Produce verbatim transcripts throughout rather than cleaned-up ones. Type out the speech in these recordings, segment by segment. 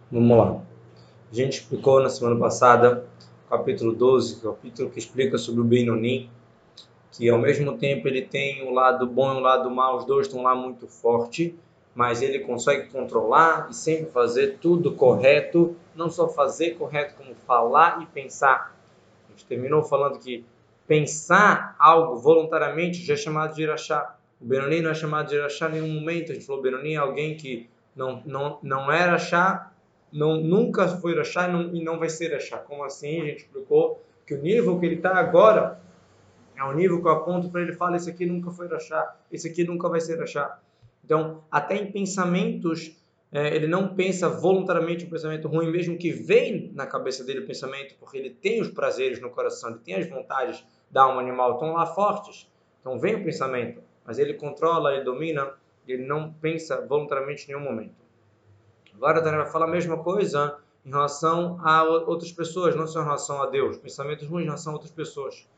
Vamos lá. A gente explicou na semana passada o capítulo doze, que é o capítulo que explica sobre o Benoni, que ao mesmo tempo ele tem o lado bom e o lado mau, os dois estão lá muito forte, mas ele consegue controlar e sempre fazer tudo correto, não só fazer correto, como falar e pensar. A gente terminou falando que pensar algo voluntariamente já é chamado de irachá. O Benoni não é chamado de irachá em nenhum momento. A gente falou que o Benoni é alguém que não, não, não é irachá, não, nunca foi irachá e não, e não vai ser irachá. Como assim? A gente explicou que o nível que ele está agora é o nível que eu aponto para ele e falo, esse aqui nunca foi irachá, esse aqui nunca vai ser irachá. Então, até em pensamentos, é, ele não pensa voluntariamente um pensamento ruim, mesmo que vem na cabeça dele o pensamento, porque ele tem os prazeres no coração, ele tem as vontades da alma animal, estão lá fortes. Então vem o pensamento, mas ele controla, ele domina, ele não pensa voluntariamente em nenhum momento. Agora, Daniel vai falar a mesma coisa em relação a outras pessoas, não só em relação a Deus. Pensamentos ruins em relação a outras pessoas.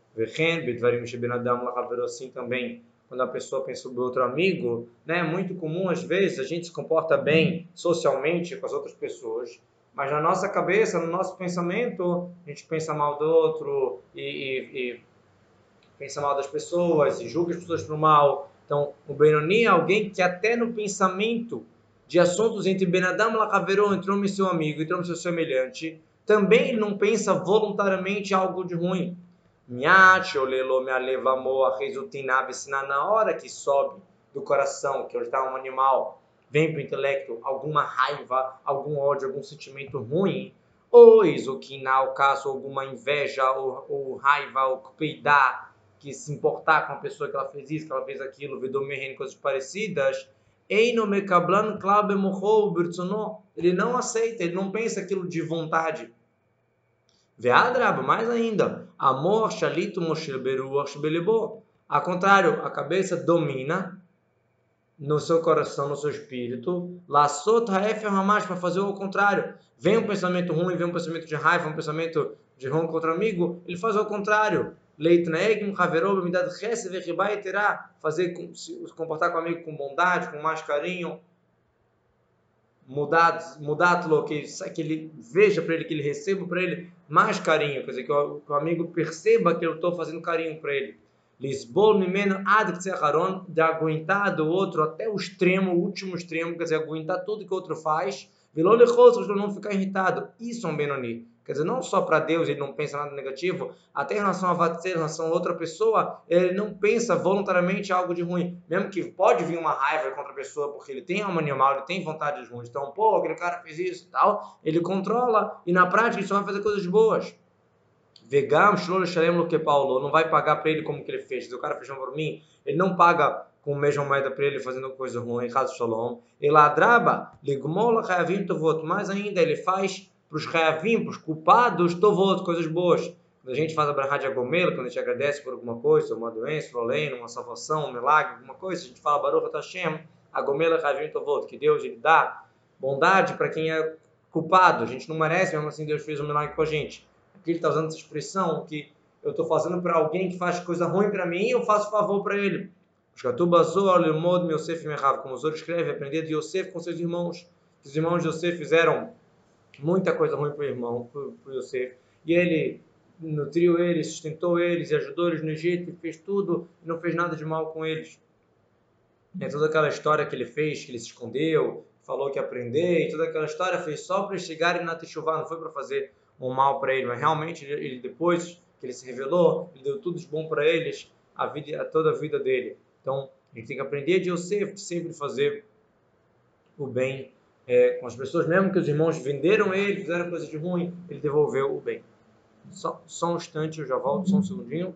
Assim também, quando a pessoa pensa sobre outro amigo, né, é muito comum às vezes a gente se comporta bem socialmente com as outras pessoas, mas na nossa cabeça, no nosso pensamento, a gente pensa mal do outro e, e, e pensa mal das pessoas e julga as pessoas por mal. Então, o Benoni é alguém que até no pensamento de assuntos entre Ben Adam e Lachaverô, entre homem e seu amigo, entre homem e seu semelhante, também ele não pensa voluntariamente algo de ruim. Na hora que sobe do coração, que está um animal, vem para o intelecto alguma raiva, algum ódio, algum sentimento ruim, ou isoquinar o caso, alguma inveja, ou, ou raiva, ou peidar, que se importar com a pessoa que ela fez isso, que ela fez aquilo, vidomerren, coisas parecidas, ele não aceita, ele não pensa aquilo de vontade. Veadraba, mais ainda, amor, shalito, moshilberuach, belebo. Ao contrário, a cabeça domina no seu coração, no seu espírito, laçot haef hamash, para fazer o contrário. Vem um pensamento ruim, vem um pensamento de raiva, um pensamento de ruim contra o amigo, ele faz o contrário. Leitnaegim haverov midad chesed vechibai terá, fazer se comportar com o amigo com bondade, com mais carinho, mudar mudá-lo, que, que ele veja para ele, que ele receba para ele mais carinho, quer dizer, que o, que o amigo perceba que eu estou fazendo carinho para ele. Lisbol mimeno ad ktsecharon, de aguentar do outro até o extremo, o último extremo, quer dizer, aguentar tudo que o outro faz, vilô lechos, para não ficar irritado. Isso é um Benoni. Quer dizer, não só para Deus ele não pensa nada negativo, até em relação a Vatser, em relação a outra pessoa, ele não pensa voluntariamente algo de ruim. Mesmo que pode vir uma raiva contra a pessoa, porque ele tem alma animal, ele tem vontades ruins. Então, pô, aquele cara fez isso e tal, ele controla, e na prática ele só vai fazer coisas boas. Vegam, Shlol, Shalem, Lo que Paulo, não vai pagar para ele como que ele fez. Se o cara fez um por mim, ele não paga com a mesma moeda para ele fazendo coisa ruim, caso Shalom. Ele adraba, ligmola, Hayavim, Tovot. Mais ainda, ele faz para os Hayavim, para os culpados, Tovot, coisas boas. Quando a gente faz a Brahá de Agomela, quando a gente agradece por alguma coisa, uma doença, um além, uma salvação, um milagre, alguma coisa, a gente fala Baruch Hashem, Agomela, Hayavim, Tovot, que Deus ele dá bondade para quem é culpado. A gente não merece, mesmo assim Deus fez um milagre com a gente. Aqui ele está usando essa expressão que eu estou fazendo para alguém que faz coisa ruim para mim e eu faço favor para ele. Como o Zoro escreve, aprender de Yosef com seus irmãos. Os irmãos de Yosef fizeram muita coisa ruim para o irmão, para o Yosef, e ele nutriu eles, sustentou eles, e ajudou eles no Egito, e fez tudo, e não fez nada de mal com eles. É toda aquela história que ele fez, que ele se escondeu, falou que ia aprender, e toda aquela história fez só para eles chegarem na Teshuvah, não foi para fazer um mal para ele, mas realmente ele, ele depois que ele se revelou, ele deu tudo de bom para eles, a vida, a toda a vida dele. Então, a gente tem que aprender de Yosef, de sempre fazer o bem é, com as pessoas, mesmo que os irmãos venderam ele, fizeram coisa de ruim, ele devolveu o bem. Só, só um instante, eu já volto, só um segundinho.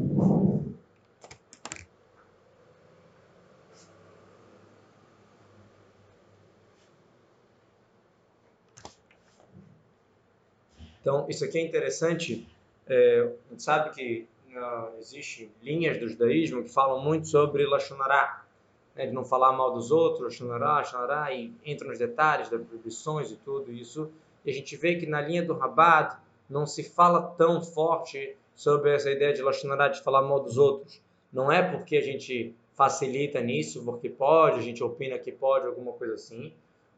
Então, isso aqui é interessante. É, a gente sabe que uh, existem linhas do judaísmo que falam muito sobre Lashon Hará, né, de não falar mal dos outros, Lashon Hará, Lashon Hará, e entra nos detalhes das proibições e tudo isso. E a gente vê que na linha do Rabat não se fala tão forte sobre essa ideia de Lashon Hará, de falar mal dos outros. Não é porque a gente facilita nisso, porque pode, a gente opina que pode, alguma coisa assim,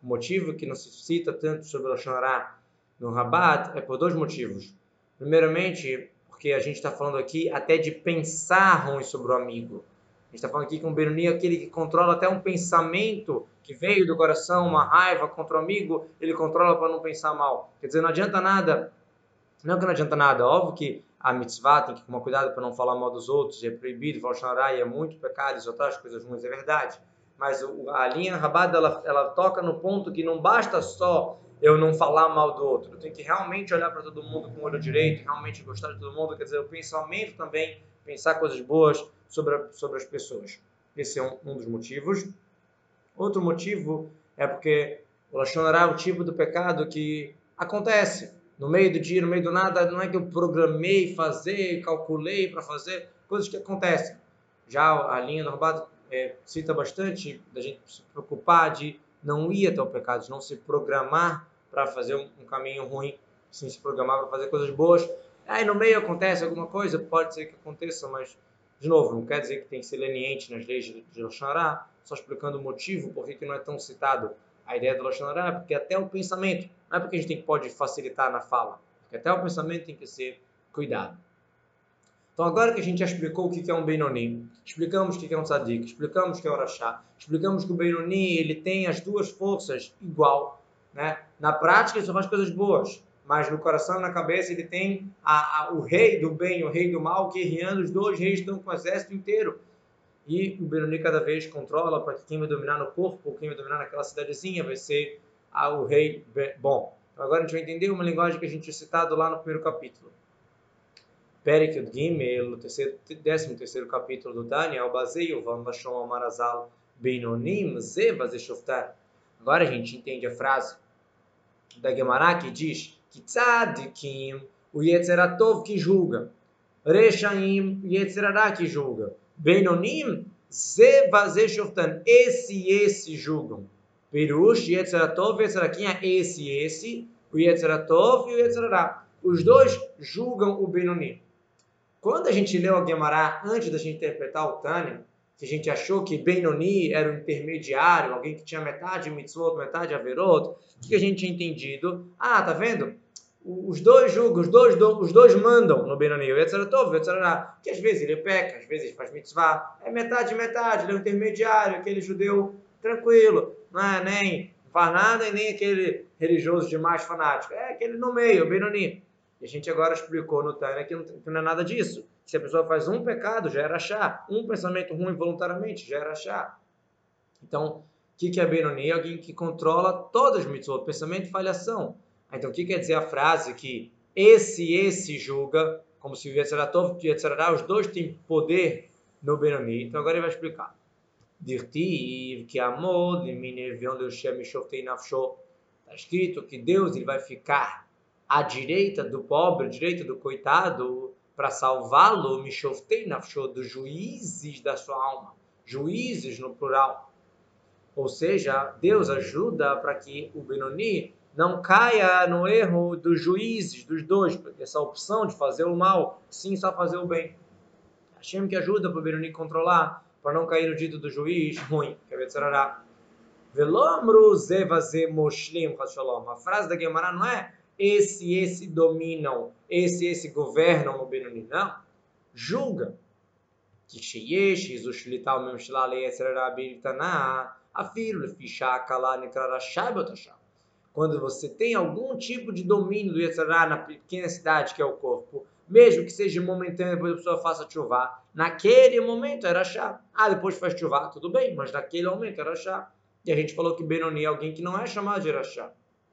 O motivo que não se cita tanto sobre o Lashon Hara no Rabat é por dois motivos. Primeiramente, porque a gente está falando aqui até de pensar ruim sobre o amigo. A gente está falando aqui que um Benoni é aquele que controla até um pensamento que veio do coração, uma raiva contra o amigo, ele controla para não pensar mal. Quer dizer, não adianta nada, não que não adianta nada, óbvio que a mitzvah tem que tomar cuidado para não falar mal dos outros, é proibido, falar Lashon Hara, é muito pecado, isso outras coisas ruins, é verdade. Mas a linha Rabat, ela, ela toca no ponto que não basta só eu não falar mal do outro, eu tenho que realmente olhar para todo mundo com o olho direito, realmente gostar de todo mundo, quer dizer, o pensamento também, pensar coisas boas sobre, a, sobre as pessoas. Esse é um, um dos motivos. Outro motivo é porque o Lashon Hara é o tipo do pecado que acontece no meio do dia, no meio do nada, não é que eu programei fazer, calculei para fazer, coisas que acontecem. Já a linha do Rabat é, cita bastante da gente se preocupar de não ir até o pecado, de não se programar para fazer um, um caminho ruim, sim se programar para fazer coisas boas. Aí no meio acontece alguma coisa, pode ser que aconteça, mas, de novo, não quer dizer que tem que ser leniente nas leis de Lashon Hara, só explicando o motivo por que não é tão citado a ideia do Lashon Hara, porque até o pensamento, não é porque a gente tem que pode facilitar na fala, porque até o pensamento tem que ser cuidado. Então, agora que a gente já explicou o que é um Benoni, explicamos o que é um Tzadik, explicamos o que é o Rashá, explicamos que o Benoni ele tem as duas forças igual, né? Na prática ele só faz coisas boas, mas no coração e na cabeça ele tem a, a, o rei do bem, o rei do mal, guerreando, os dois reis estão com o exército inteiro. E o Benoni cada vez controla para que quem vai dominar no corpo, quem vai dominar naquela cidadezinha vai ser a, o rei bom. Então, agora a gente vai entender uma linguagem que a gente tinha citado lá no primeiro capítulo. Perek Yud Gimel, décimo terceiro capítulo do Daniel, baseio, vamos achar o Marazal, Beinonim, Zeva, Zeshoftar. Agora a gente entende a frase da Gemara que diz que Tzadikim, o Yetzeratov que julga, Reshaim, o Yetzerará que julga, Beinonim, Zeva, Zeshoftar, esse e esse julgam. Perush, Yetzeratov, Yetzeraquim é esse e esse, o Yetzeratov e o Yetzerará. Os dois julgam o Beinonim. Quando a gente leu a Gemara, antes da gente interpretar o Tânia, que a gente achou que Benoni era o intermediário, alguém que tinha metade mitzvot, metade averot, o que a gente tinha entendido? Ah, tá vendo? Os dois julgam, os dois, os dois mandam no Benoni, o Yetzeratov, o Yetzerará, que às vezes ele peca, às vezes ele faz mitzvah, é metade, metade, ele é o intermediário, aquele judeu tranquilo, não é nem faz nada e nem aquele religioso demais fanático, é aquele no meio, o Benoni. E a gente agora explicou no Tânia que, que não é nada disso. Se a pessoa faz um pecado, já era chá. Um pensamento ruim voluntariamente, já era chá. Então, o que, que é Benoni? Alguém que controla todas as mitzvot, pensamento e falhação. Então, o que quer dizer a frase que esse e esse julga, como se o Yetzeratov e o Yetzerará, os dois têm poder no Benoni. Então, agora ele vai explicar. Dirtiv, que amor, está escrito que Deus ele vai ficar à direita do pobre, à direita do coitado, para salvá-lo, Mishoftei Nafsho, dos juízes da sua alma. Juízes no plural. Ou seja, Deus ajuda para que o Benoni não caia no erro dos juízes, dos dois, essa opção de fazer o mal, sim, só fazer o bem. Hashem que ajuda para o Benoni controlar, para não cair no dito do juiz ruim, que é Yetzerará. Velomru zevaze moshlim chashalom. A frase da Gemara não é esse e esse dominam, esse e esse governam no Benoni, não. Julga. Quando você tem algum tipo de domínio do Yetzirah na pequena cidade que é o corpo, mesmo que seja momentâneo, depois a pessoa faça chuvá, naquele momento era chá. Ah, depois faz chuvá, tudo bem, mas naquele momento era chá. E a gente falou que Benoni é alguém que não é chamado de Irachá.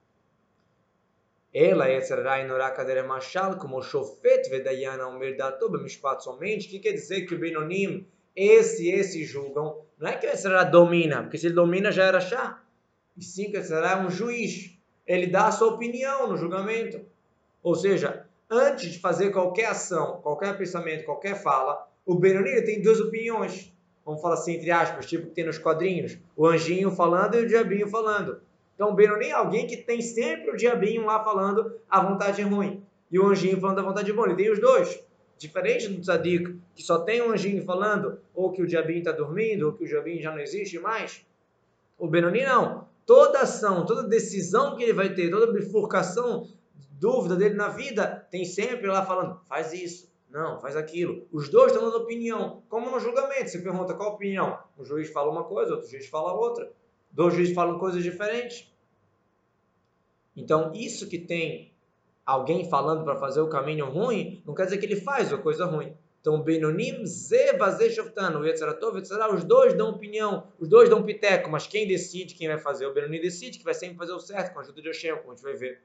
Ela é Yetzirah Inorá Kader Machal, como Shofet Vedayana Omer Dato Bemishpat somente. O que quer dizer que o Benonim, esse e esse julgam? Não é que o Yetzirah domina, porque se ele domina já era chá. E sim que o Yetzirah é um juiz. Ele dá a sua opinião no julgamento. Ou seja, antes de fazer qualquer ação, qualquer pensamento, qualquer fala, o Benoni tem duas opiniões. Vamos falar assim, entre aspas, tipo que tem nos quadrinhos. O anjinho falando e o diabinho falando. Então, o Benoni é alguém que tem sempre o diabinho lá falando a vontade ruim. E o anjinho falando a vontade boa. Ele tem os dois. Diferente do tzadik, que só tem o anjinho falando, ou que o diabinho está dormindo, ou que o diabinho já não existe mais. O Benoni não. toda ação, toda decisão que ele vai ter, toda bifurcação, dúvida dele na vida, tem sempre lá falando, faz isso, não, faz aquilo. Os dois estão dando opinião, como no julgamento, você pergunta qual a opinião? O juiz fala uma coisa, outro juiz fala outra. Dois juízes falam coisas diferentes. Então, isso que tem alguém falando para fazer o caminho ruim, não quer dizer que ele faz a coisa ruim. Então, Benonim, Zeva, Zeshoftan, o Yetzeratov, o Yetzerá, os dois dão opinião, os dois dão piteco, mas quem decide quem vai fazer? O Benonim decide que vai sempre fazer o certo, com a ajuda de Hashem, como a gente vai ver.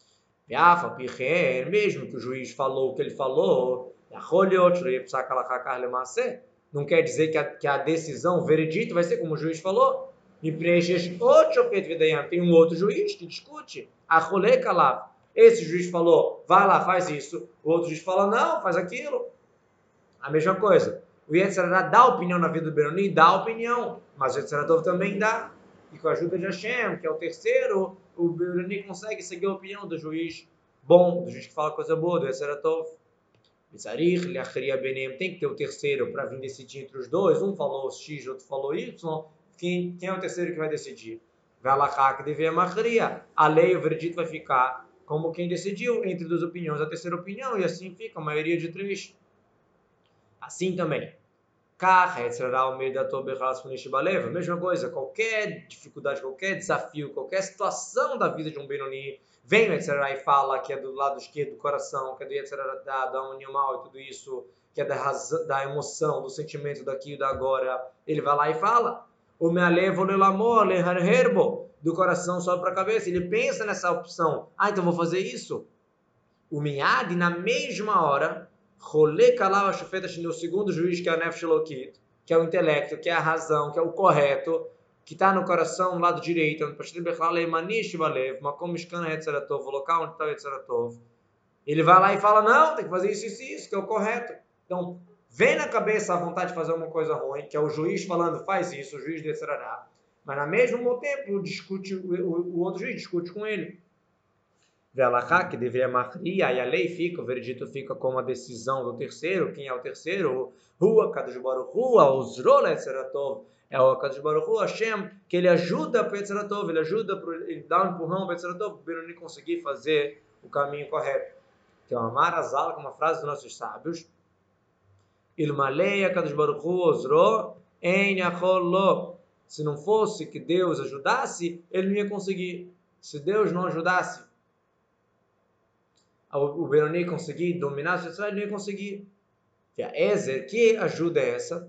Mesmo que o juiz falou o que ele falou, não quer dizer que a, que a decisão, o veredito, vai ser como o juiz falou. Tem um outro juiz que discute. Esse juiz falou, vai lá, faz isso. O outro juiz fala, não, faz aquilo. A mesma coisa. O Yetzirah dá opinião na vida do Benoni, dá opinião, mas o Yetzirah também dá. E com a ajuda de Hashem, que é o terceiro, o Benoni consegue seguir a opinião do juiz bom, do juiz que fala coisa boa, do Yetzirah. Tem que ter o terceiro para vir decidir entre os dois. Um falou X, outro falou Y. Quem, quem é o terceiro que vai decidir? A lei, o veredito vai ficar como quem decidiu entre duas opiniões, a terceira opinião, e assim fica a maioria de três. Assim também. Mesma coisa, qualquer dificuldade, qualquer desafio, qualquer situação da vida de um Benoni, vem o Yetzirah e fala que é do lado esquerdo do coração, que é do Yetzirah da, da animal e tudo isso, que é da, razão, da emoção, do sentimento daqui e da agora. Ele vai lá e fala. O do coração sobe para a cabeça. Ele pensa nessa opção. Ah, então vou fazer isso. O Miad, na mesma hora, o segundo juiz, que é o Nefesh Elokit, que é o intelecto, que é a razão, que é o correto, que está no coração, no lado direito, o local onde está o Yetzeratov, ele vai lá e fala, não, tem que fazer isso, isso e isso, que é o correto. Então, vem na cabeça a vontade de fazer uma coisa ruim, que é o juiz falando, faz isso, o juiz do Yetzirah, mas ao mesmo tempo discute, o, o, o outro juiz discute com ele. Que deveria marcar, e a lei fica, o veredito fica como a decisão do terceiro. Quem é o terceiro? Rua, Kadosh Baruch Hu, Uzro Yetzeratov. É o Kadosh Baruch Hu, Hashem, que ele ajuda para o Yetzeratov, ele ajuda, ele dá um empurrão para o Yetzeratov, para ele conseguir fazer o caminho correto. Que é uma marazala, com uma frase dos nossos sábios. Ilmalei Kadosh Baruch Hu, Uzro, Ein Yachol Lo. Se não fosse que Deus ajudasse, ele não ia conseguir. Se Deus não ajudasse, o Benoni conseguir dominar a sociedade, ele não ia conseguir. E a Ezer, que ajuda é essa?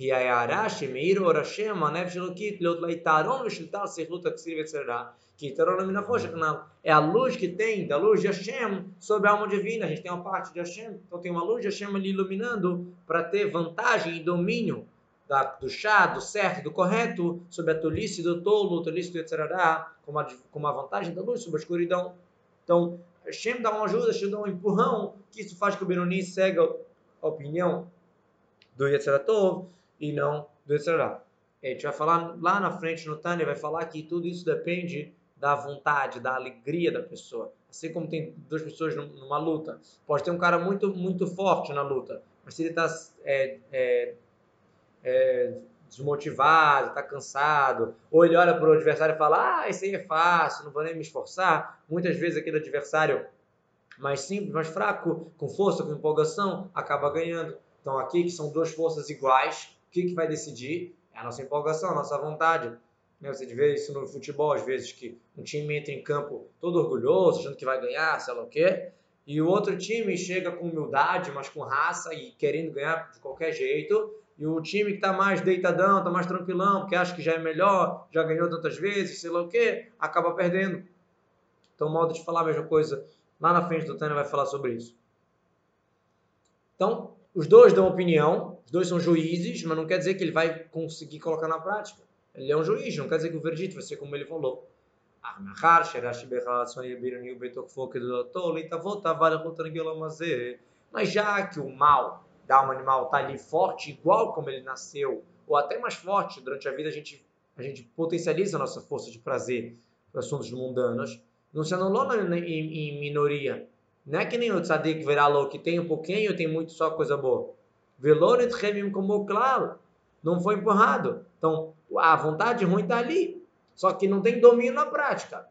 É a luz que tem, da luz de Hashem, sobre a alma divina. A gente tem uma parte de Hashem, então tem uma luz de Hashem ali iluminando para ter vantagem e domínio da, do chá, do certo, do correto, sobre a tolice do tolo, a tolice do Yetzirah, como a, como a vantagem da luz sobre a escuridão. Então, Hashem dá uma ajuda, Hashem dá um empurrão, que isso faz que o Benoni segue a opinião do Yetzeratov e não do Yetzirah. A gente vai falar lá na frente no Tânia, vai falar que tudo isso depende da vontade, da alegria da pessoa. Assim como tem duas pessoas numa luta. Pode ter um cara muito, muito forte na luta, mas se ele está é, é, é, desmotivado, está cansado, ou ele olha para o adversário e fala, ah, isso aí é fácil, não vou nem me esforçar. Muitas vezes aquele adversário mais simples, mais fraco, com força, com empolgação, acaba ganhando. Então aqui, que são duas forças iguais, o que, que vai decidir? É a nossa empolgação, a nossa vontade. Você vê isso no futebol, às vezes, que um time entra em campo todo orgulhoso, achando que vai ganhar, sei lá o quê, e o outro time chega com humildade, mas com raça e querendo ganhar de qualquer jeito, e o time que está mais deitadão, está mais tranquilão, porque acha que já é melhor, já ganhou tantas vezes, sei lá o quê, acaba perdendo. Então, modo de falar a mesma coisa, lá na frente do Tânia vai falar sobre isso. Então, os dois dão opinião, os dois são juízes, mas não quer dizer que ele vai conseguir colocar na prática. Ele é um juiz, não quer dizer que o veredito vai ser como ele falou. Mas já que o mal da alma animal está ali forte, igual como ele nasceu, ou até mais forte, durante a vida a gente, a gente potencializa a nossa força de prazer para assuntos mundanos, não se anulou em, em minoria. Não é que nem o tzadik verá que tem um pouquinho, tem muito só coisa boa. Não foi empurrado. Então, a vontade ruim está ali. Só que não tem domínio na prática.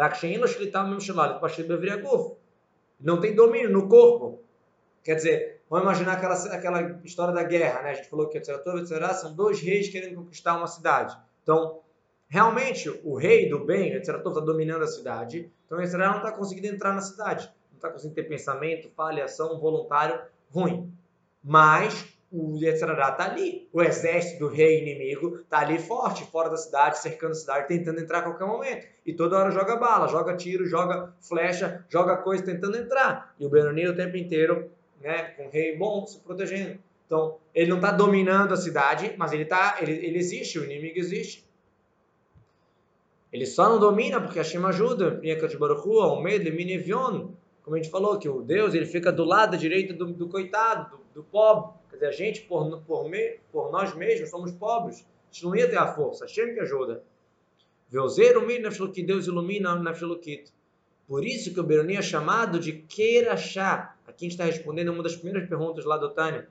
Não tem domínio no corpo. Quer dizer, vamos imaginar aquela, aquela história da guerra, né? A gente falou que são dois reis querendo conquistar uma cidade. Então, realmente, o rei do bem, o está dominando a cidade, então o Yetzirah não está conseguindo entrar na cidade. Não está conseguindo ter pensamento, falha, ação, voluntário ruim. Mas o Yetzirah está ali. O exército do rei inimigo está ali forte, fora da cidade, cercando a cidade, tentando entrar a qualquer momento. E toda hora joga bala, joga tiro, joga flecha, joga coisa tentando entrar. E o Benoni o tempo inteiro, né, com o rei bom, se protegendo. Então, ele não está dominando a cidade, mas ele, tá, ele, ele existe, o inimigo existe. Ele só não domina porque Hashem ajuda. Como a gente falou, que o Deus ele fica do lado direito do, do coitado, do, do pobre. Quer dizer, a gente, por, por, me, por nós mesmos, somos pobres. A gente não ia ter a força. Hashem que ajuda. Que Deus ilumina na Filukit. Por isso que o Benoni é chamado de Keirachá. Aqui a gente está respondendo uma das primeiras perguntas lá do Tânia.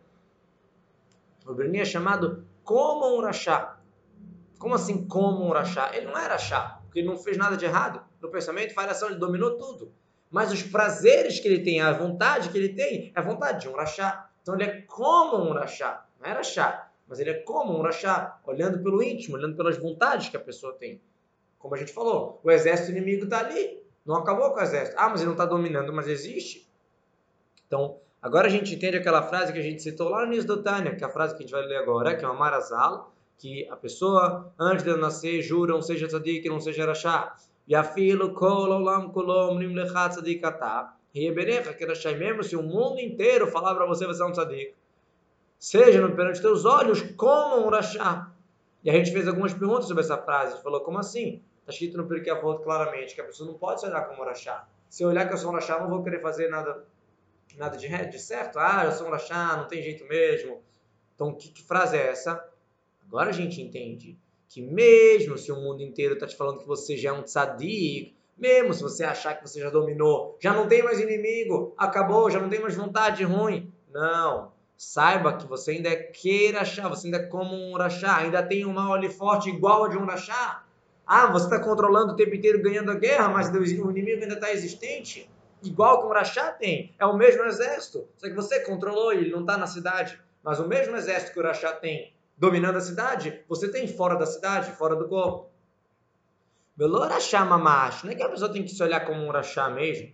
O Benoni é chamado como um Rachá. Como assim como um Rachá? Ele não era Rachá, porque ele não fez nada de errado. No pensamento, falhação, ele dominou tudo. Mas os prazeres que ele tem, a vontade que ele tem, é a vontade de um Rachá. Então ele é como um Rachá. Não era Rachá, mas ele é como um Rachá, olhando pelo íntimo, olhando pelas vontades que a pessoa tem. Como a gente falou, o exército inimigo está ali. Não acabou com o exército. Ah, mas ele não está dominando, mas existe. Então, agora a gente entende aquela frase que a gente citou lá no início do Tânia, que é a frase que a gente vai ler agora, que é uma marazal, que a pessoa, antes de nascer, jura, não seja tzadik, não seja rachá. E afilo kol olam kolom nim lechat tzadik atah. E eberecha, que rachá, mesmo se o mundo inteiro falar para você, você é um tzadik, seja perante teus olhos como um rachá. E a gente fez algumas perguntas sobre essa frase. A gente falou, como assim? Está escrito no Pirkei Avot claramente que a pessoa não pode se olhar como um rachá. Se eu olhar que eu sou um rachá, não vou querer fazer nada, nada de, de certo. Ah, eu sou um rachá, não tem jeito mesmo. Então, que, que frase é essa? Agora a gente entende que mesmo se o mundo inteiro está te falando que você já é um tzadik, mesmo se você achar que você já dominou, já não tem mais inimigo, acabou, já não tem mais vontade ruim. Não. Saiba que você ainda é queirachá, você ainda é como um rachá, ainda tem um mal ali forte igual ao de um rachá. Ah, você está controlando o tempo inteiro, ganhando a guerra, mas o inimigo ainda está existente, igual que um rachá tem. É o mesmo exército, só que você controlou e ele não está na cidade. Mas o mesmo exército que o rachá tem, dominando a cidade, você tem fora da cidade, fora do corpo. Belo rachá mamash, não é que a pessoa tem que se olhar como um rachá mesmo.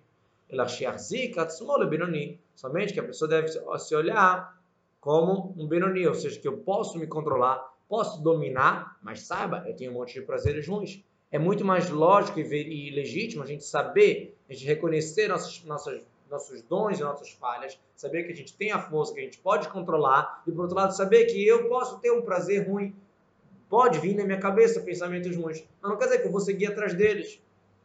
Somente que a pessoa deve se olhar como um Benoni, ou seja, que eu posso me controlar, posso dominar, mas saiba, eu tenho um monte de prazeres ruins. É muito mais lógico e legítimo a gente saber, a gente reconhecer nossas, nossas, nossos dons e nossas falhas, saber que a gente tem a força, que a gente pode controlar, e por outro lado, saber que eu posso ter um prazer ruim. Pode vir na minha cabeça pensamentos ruins, mas não quer dizer que eu vou seguir atrás deles.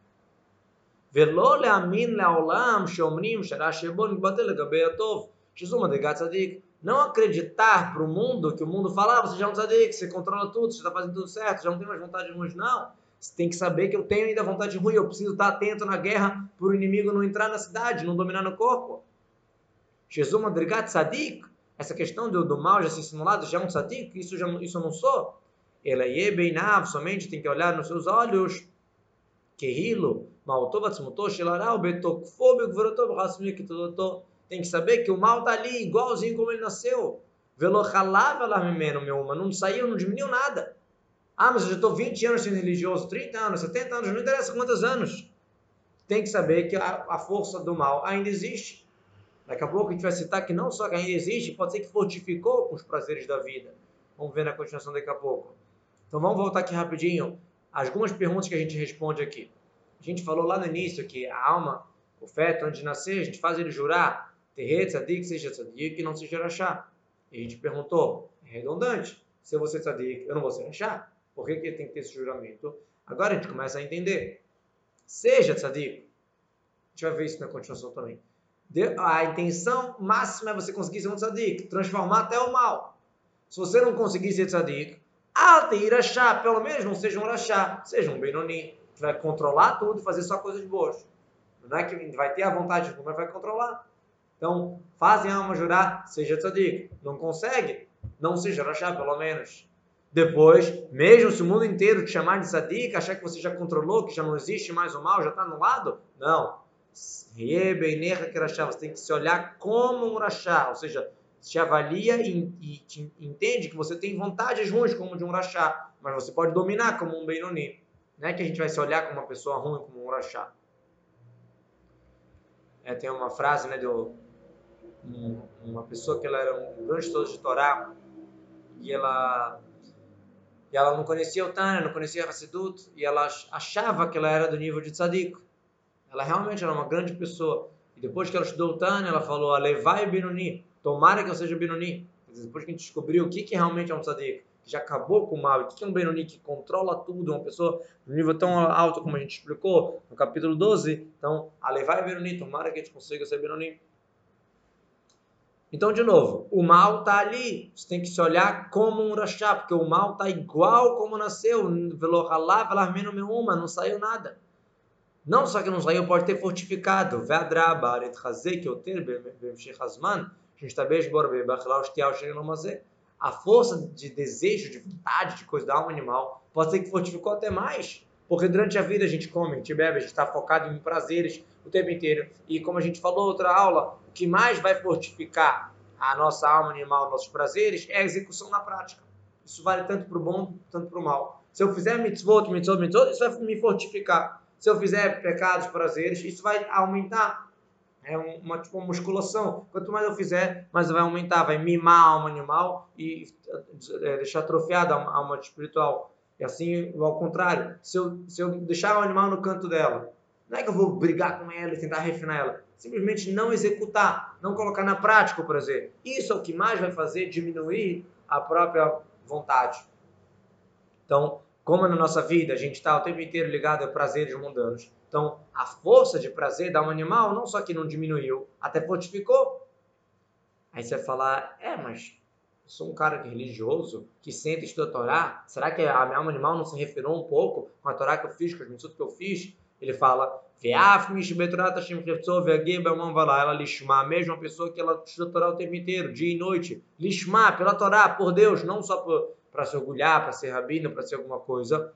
Não acreditar para o mundo, que o mundo fala, ah, você já é um tzadik, você controla tudo, você está fazendo tudo certo, já não tem mais vontade ruim, não. Você tem que saber que eu tenho ainda vontade ruim, eu preciso estar atento na guerra para o inimigo não entrar na cidade, não dominar no corpo. Jesus Madrigat Tzadik, essa questão do, do mal já se simulado, já é um tzadik, isso, já, isso eu não sou. Ela é beinav, somente tem que olhar nos seus olhos. Kehilo, tem que saber que o mal está ali, igualzinho como ele nasceu. Não saiu, não diminuiu nada. Ah, mas eu já estou vinte anos sendo religioso, trinta anos, setenta anos, não interessa quantos anos. Tem que saber que a, a força do mal ainda existe. Daqui a pouco a gente vai citar que não só que ainda existe, pode ser que fortificou com os prazeres da vida. Vamos ver na continuação daqui a pouco. Então vamos voltar aqui rapidinho. Algumas perguntas que a gente responde aqui. A gente falou lá no início que a alma, o feto, antes de nascer, a gente faz ele jurar, terret, tzadik, seja tzadik, que não seja rachá. E a gente perguntou, é redundante, se eu vou ser tzadik, eu não vou ser rachá? Por que, que ele tem que ter esse juramento? Agora a gente começa a entender. Seja tzadik. A gente vai ver isso na continuação também. A intenção máxima é você conseguir ser um tzadik, transformar até o mal. Se você não conseguir ser tzadik, Alteir Rachá, pelo menos não seja um Rachá, seja um Benoni, que vai controlar tudo e fazer só coisas boas. Não é que vai ter a vontade de mas vai controlar. Então, fazem a alma jurar, seja tzadik. Não consegue? Não seja Rachá, pelo menos. Depois, mesmo se o mundo inteiro te chamar de tzadik, achar que você já controlou, que já não existe mais o mal, já está anulado, não. Você tem que se olhar como um rachá, ou seja, se avalia e, e te entende que você tem vontades ruins como de um rachá, mas você pode dominar como um Benoni. Não é que a gente vai se olhar como uma pessoa ruim, como um rachá. É, tem uma frase, né, de um, uma pessoa que ela era um grande estudioso de Torá, e ela, e ela não conhecia o Tânia, não conhecia a Hassidut, e ela achava que ela era do nível de tzadik. Ela realmente era uma grande pessoa. E depois que ela estudou o Tânia, ela falou, Alevai Benoni, tomara que eu seja Benoni. Depois que a gente descobriu o que, que realmente é um tzadik, que já acabou com o mal, o que, que é um Benoni que controla tudo, uma pessoa de um nível tão alto como a gente explicou no capítulo doze, então, Alevai Benoni, tomara que a gente consiga ser Benoni. Então, de novo, o mal está ali. Você tem que se olhar como um rachá, porque o mal está igual como nasceu. Não saiu nada. Não só que não saiu, pode ter fortificado. A força de desejo, de vontade, de coisa da alma animal, pode ser que fortificou até mais. Porque durante a vida a gente come, a gente bebe, a gente está focado em prazeres o tempo inteiro. E como a gente falou outra aula, o que mais vai fortificar a nossa alma animal, nossos prazeres, é a execução na prática. Isso vale tanto para o bom, tanto para o mal. Se eu fizer mitzvot, mitzvot, mitzvot, isso vai me fortificar. Se eu fizer pecados, prazeres, isso vai aumentar. É uma, tipo, uma musculação. Quanto mais eu fizer, mais vai aumentar. Vai mimar a alma animal e é, deixar atrofiada a alma espiritual. E assim, ao contrário, se eu, se eu deixar o animal no canto dela, não é que eu vou brigar com ela e tentar refinar ela. Simplesmente não executar, não colocar na prática o prazer. Isso é o que mais vai fazer diminuir a própria vontade. Então, como na nossa vida a gente está o tempo inteiro ligado a prazeres mundanos, então a força de prazer da alma animal não só que não diminuiu, até fortificou. Aí você vai falar, é, mas eu sou um cara religioso que senta e estuda a Torá, será que a minha alma animal não se referiu um pouco com a Torá que eu fiz, com as mitzvot que eu fiz? Ele fala, ela lishma, mesmo uma pessoa que ela estuda a Torá o tempo inteiro, dia e noite, lishma, pela Torá, por Deus, não só para se orgulhar, para ser rabino, para ser alguma coisa.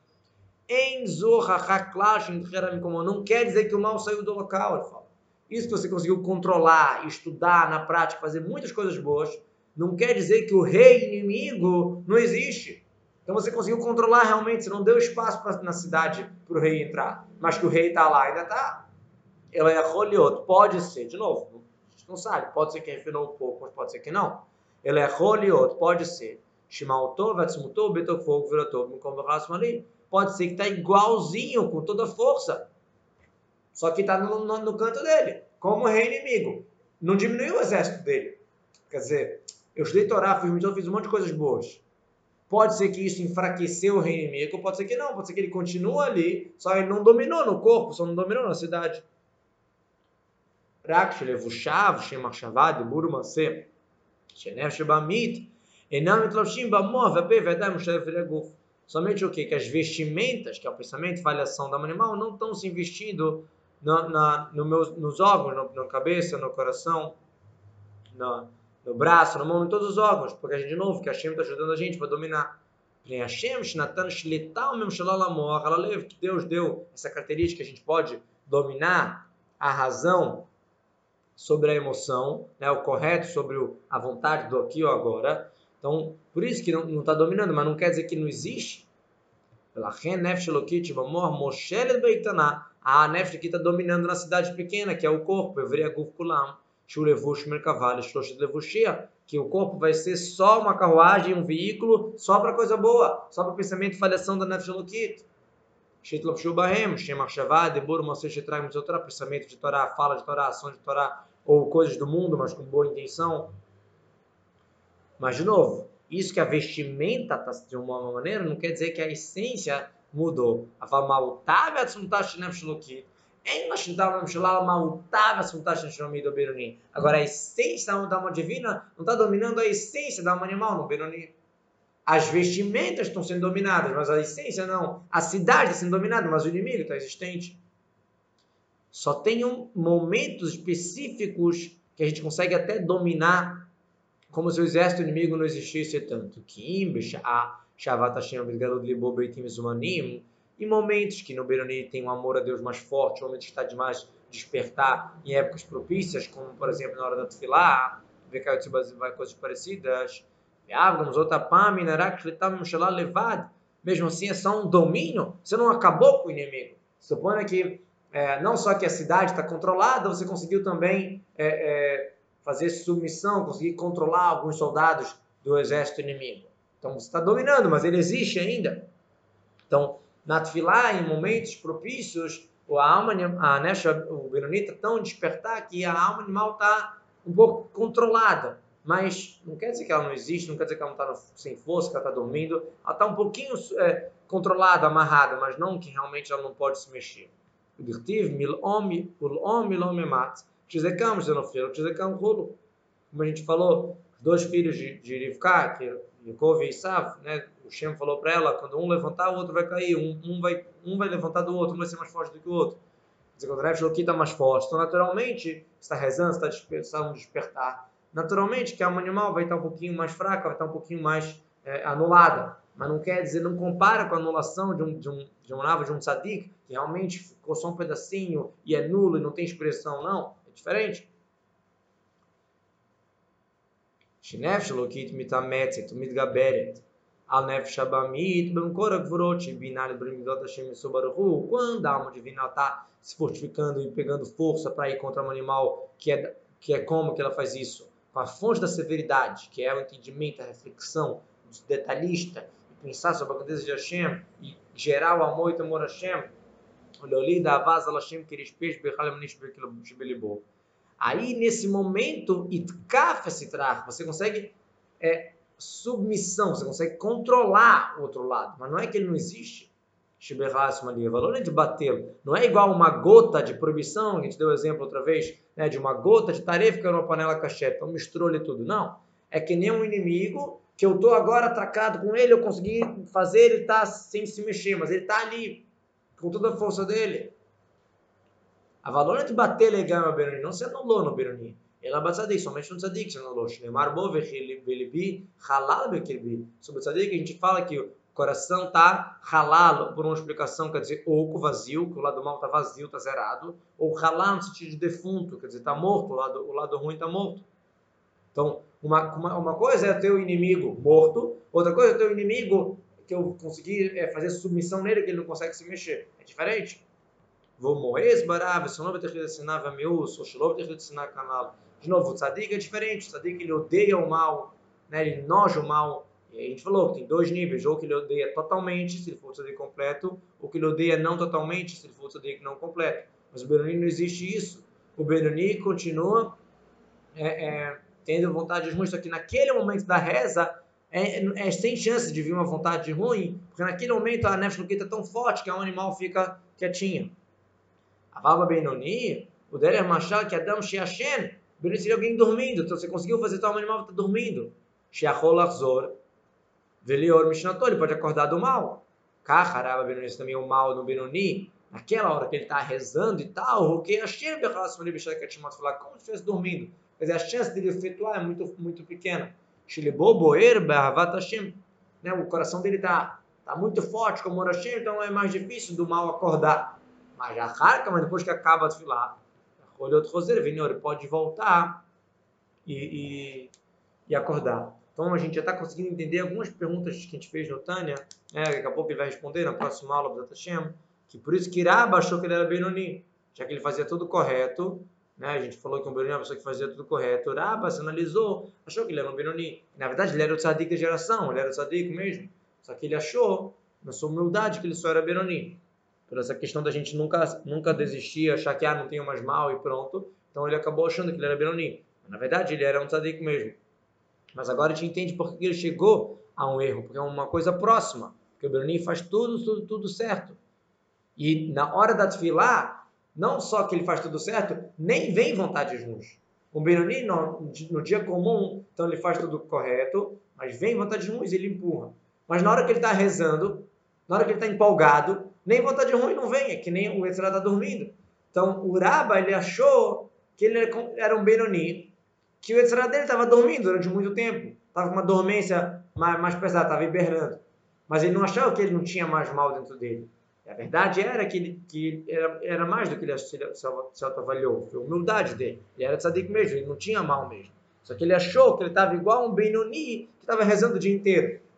Não quer dizer que o mal saiu do local, ele fala. Isso que você conseguiu controlar, estudar na prática, fazer muitas coisas boas, não quer dizer que o rei inimigo não existe. Então você conseguiu controlar realmente, você não deu espaço pra, na cidade para o rei entrar, mas que o rei está lá, ainda está. Ela é roliot, pode ser, de novo, a gente não sabe, pode ser que refinou um pouco, mas pode ser que não. Ela é roliot, pode ser. Pode ser que está igualzinho, com toda a força, só que está no, no, no canto dele, como rei inimigo. Não diminuiu o exército dele. Quer dizer, eu estudei Torá, fiz, fiz um monte de coisas boas. Pode ser que isso enfraqueceu o rei inimigo, pode ser que não, pode ser que ele continua ali, só ele não dominou no corpo, só não dominou na cidade. Somente o quê? Que as vestimentas, que é o pensamento e falhação da alma animal, não estão se investindo na, na, no meus, nos órgãos, no, na cabeça, no coração, na, no braço, na mão, em todos os órgãos, porque a gente, de novo, que a Hashem está ajudando a gente para dominar. Que Deus deu essa característica que a gente pode dominar a razão sobre a emoção, né, o correto sobre o, a vontade do aqui ou agora. Então, por isso que não está dominando, mas não quer dizer que não existe. A nefesh aqui está dominando na cidade pequena, que é o corpo, que o corpo vai ser só uma carruagem, um veículo, só para coisa boa, só para pensamento e falhação da nefesh elokit. Pensamento de Torá, fala de Torá, ação de Torá, ou coisas do mundo, mas com boa intenção. Mas, de novo, isso que a vestimenta está de uma maneira, não quer dizer que a essência mudou. Agora, a essência da alma divina não está dominando a essência da alma animal no Benoni. As vestimentas estão sendo dominadas, mas a essência não. A cidade está sendo dominada, mas o inimigo está existente. Só tem um, momentos específicos que a gente consegue até dominar, como se o exército inimigo não existisse tanto. Shavat Hashem B'Galud Libo Beitim Zumanim, em momentos que no Benoni tem um amor a Deus mais forte, momentos que está demais despertar em épocas propícias, como por exemplo na hora da Tefilá, vai coisas parecidas. Mesmo assim é só um domínio, você não acabou com o inimigo. Suponha que é, não só que a cidade está controlada, você conseguiu também é, é, fazer submissão, conseguir controlar alguns soldados do exército inimigo. Então você está dominando, mas ele existe ainda. Então, na Tefilá, em momentos propícios, a alma, a Nesha, o Benoni está tão despertar que a alma animal está um pouco controlada. Mas não quer dizer que ela não existe, não quer dizer que ela não está sem força, que ela está dormindo. Ela está um pouquinho é, controlada, amarrada, mas não que realmente ela não pode se mexer. Como a gente falou, os dois filhos de, de Rivka, que Yaakov e Esav, né, o Shem falou para ela, quando um levantar, o outro vai cair, um, um, vai, um vai levantar do outro, um vai ser mais forte do que o outro. Quer dizer, quando o Rebbe está mais forte, então naturalmente, está rezando, está despertando, despertar, naturalmente que a alma animal vai estar um pouquinho mais fraca, vai estar um pouquinho mais é, anulada, mas não quer dizer, não compara com a anulação de um, de um, de um navo, de um tzadik, que realmente ficou só um pedacinho e é nulo e não tem expressão, não, é diferente. שנפש אלוקית מתאמצת ומתגברת על נפש הבמית במקור הגבורות שבינה לבמידות השם יסוד ברוך הוא. Quando a alma divina está se fortificando e pegando força para ir contra um animal, que é, que é como que ela faz isso? Com a fonte da severidade, que é o entendimento, a reflexão detalhista, e pensar sobre a grandeza de Hashem, e gerar o amor e temor a Hashem, aí, nesse momento, você consegue é, submissão, você consegue controlar o outro lado, mas não é que ele não existe. Não é igual uma gota de proibição, a gente deu o exemplo outra vez, né, de uma gota de tarefa que era uma panela cachê, então misturou ali tudo. Não, é que nem um inimigo que eu estou agora atracado com ele, eu consegui fazer ele estar tá sem se mexer, mas ele está ali, com toda a força dele. A valor de bater legal no Benoni não se anulou no Benoni. Ela batzadik, somente no tzadik se anulou. Shneimar bo velibi halal bekirbi. Sobre o tzadik a gente fala que o coração está halal, por uma explicação, quer dizer, oco, vazio, que o lado mal está vazio, está zerado, ou halal no sentido de defunto, quer dizer, está morto, o lado, o lado ruim está morto. Então, uma, uma, uma coisa é ter o inimigo morto, outra coisa é ter o inimigo que eu consegui é, fazer submissão nele, que ele não consegue se mexer. É diferente. Vou morrer, barav, se não vai ter que ensinar vamius, ou se não vai ter que ensinar canal. De novo, o tzadik é diferente. O tzadik ele odeia o mal, né? Ele noja o mal. E aí a gente falou que tem dois níveis, ou que ele odeia totalmente, se ele for o tzadik completo, ou que ele odeia não totalmente, se ele for o tzadik não completo. Mas o Benoni não existe isso. O Benoni continua é, é, tendo vontades ruins, só que naquele momento da reza é, é sem chance de vir uma vontade ruim, porque naquele momento a nefesh elokit é tão forte que o animal fica quietinho. A Valba Benoni, o Derer Machal, que Adam Sheashen, Benoni seria alguém dormindo. Então você conseguiu fazer tal animal está dormindo. Sheachol Achzor, Velior Mishnator, ele pode acordar do mal. Kacharaba Benoni, também o mal no Benoni, naquela hora que ele está rezando e tal, o que Hashem Bechalas Mali Bishai Katimot falar, como se estivesse dormindo. Quer dizer, a chance dele efetuar é muito, muito pequena. Shilebo Boer Behavat Hashem, né? O coração dele está tá muito forte como o Hashem, então é mais difícil do mal acordar. Mas já arca, mas depois que acaba de filar, olhou outro roseiro, ele pode voltar e, e, e acordar. Então a gente já está conseguindo entender algumas perguntas que a gente fez no Tânia, né? Daqui a pouco ele vai responder na próxima aula do Hashem, que por isso que Iraba achou que ele era Benoni, já que ele fazia tudo correto, né? A gente falou que um Benoni é uma pessoa que fazia tudo correto. Iraba se analisou, achou que ele era um Benoni. Na verdade ele era o tzadik da geração, ele era o tzadik mesmo, só que ele achou, na sua humildade, que ele só era Benoni. Por essa questão da gente nunca, nunca desistir, achar que ah, não tenho mais mal e pronto. Então ele acabou achando que ele era Benoni. Na verdade, ele era um tzadik mesmo. Mas agora a gente entende por que ele chegou a um erro, porque é uma coisa próxima. Porque o Benoni faz tudo, tudo, tudo certo. E na hora da tefilá, não só que ele faz tudo certo, nem vem vontades ruins. O Benoni, no, no dia comum, então ele faz tudo correto, mas vem vontades ruins e ele empurra. Mas na hora que ele está rezando, na hora que ele está empolgado, nem vontade ruim não vem, é que nem o Yetzirah está dormindo. Então, o Rabba, ele achou que ele era um Benoni, que o Yetzirah dele estava dormindo durante muito tempo, estava com uma dormência mais, mais pesada, estava hibernando. mas ele não achava que ele não tinha mais mal dentro dele. A verdade era que ele, que era, era mais do que ele se autoavaliou, foi a humildade dele. Ele era tzadik mesmo, ele não tinha mal mesmo. Só que ele achou que ele estava igual a um Benoni que estava rezando o dia inteiro.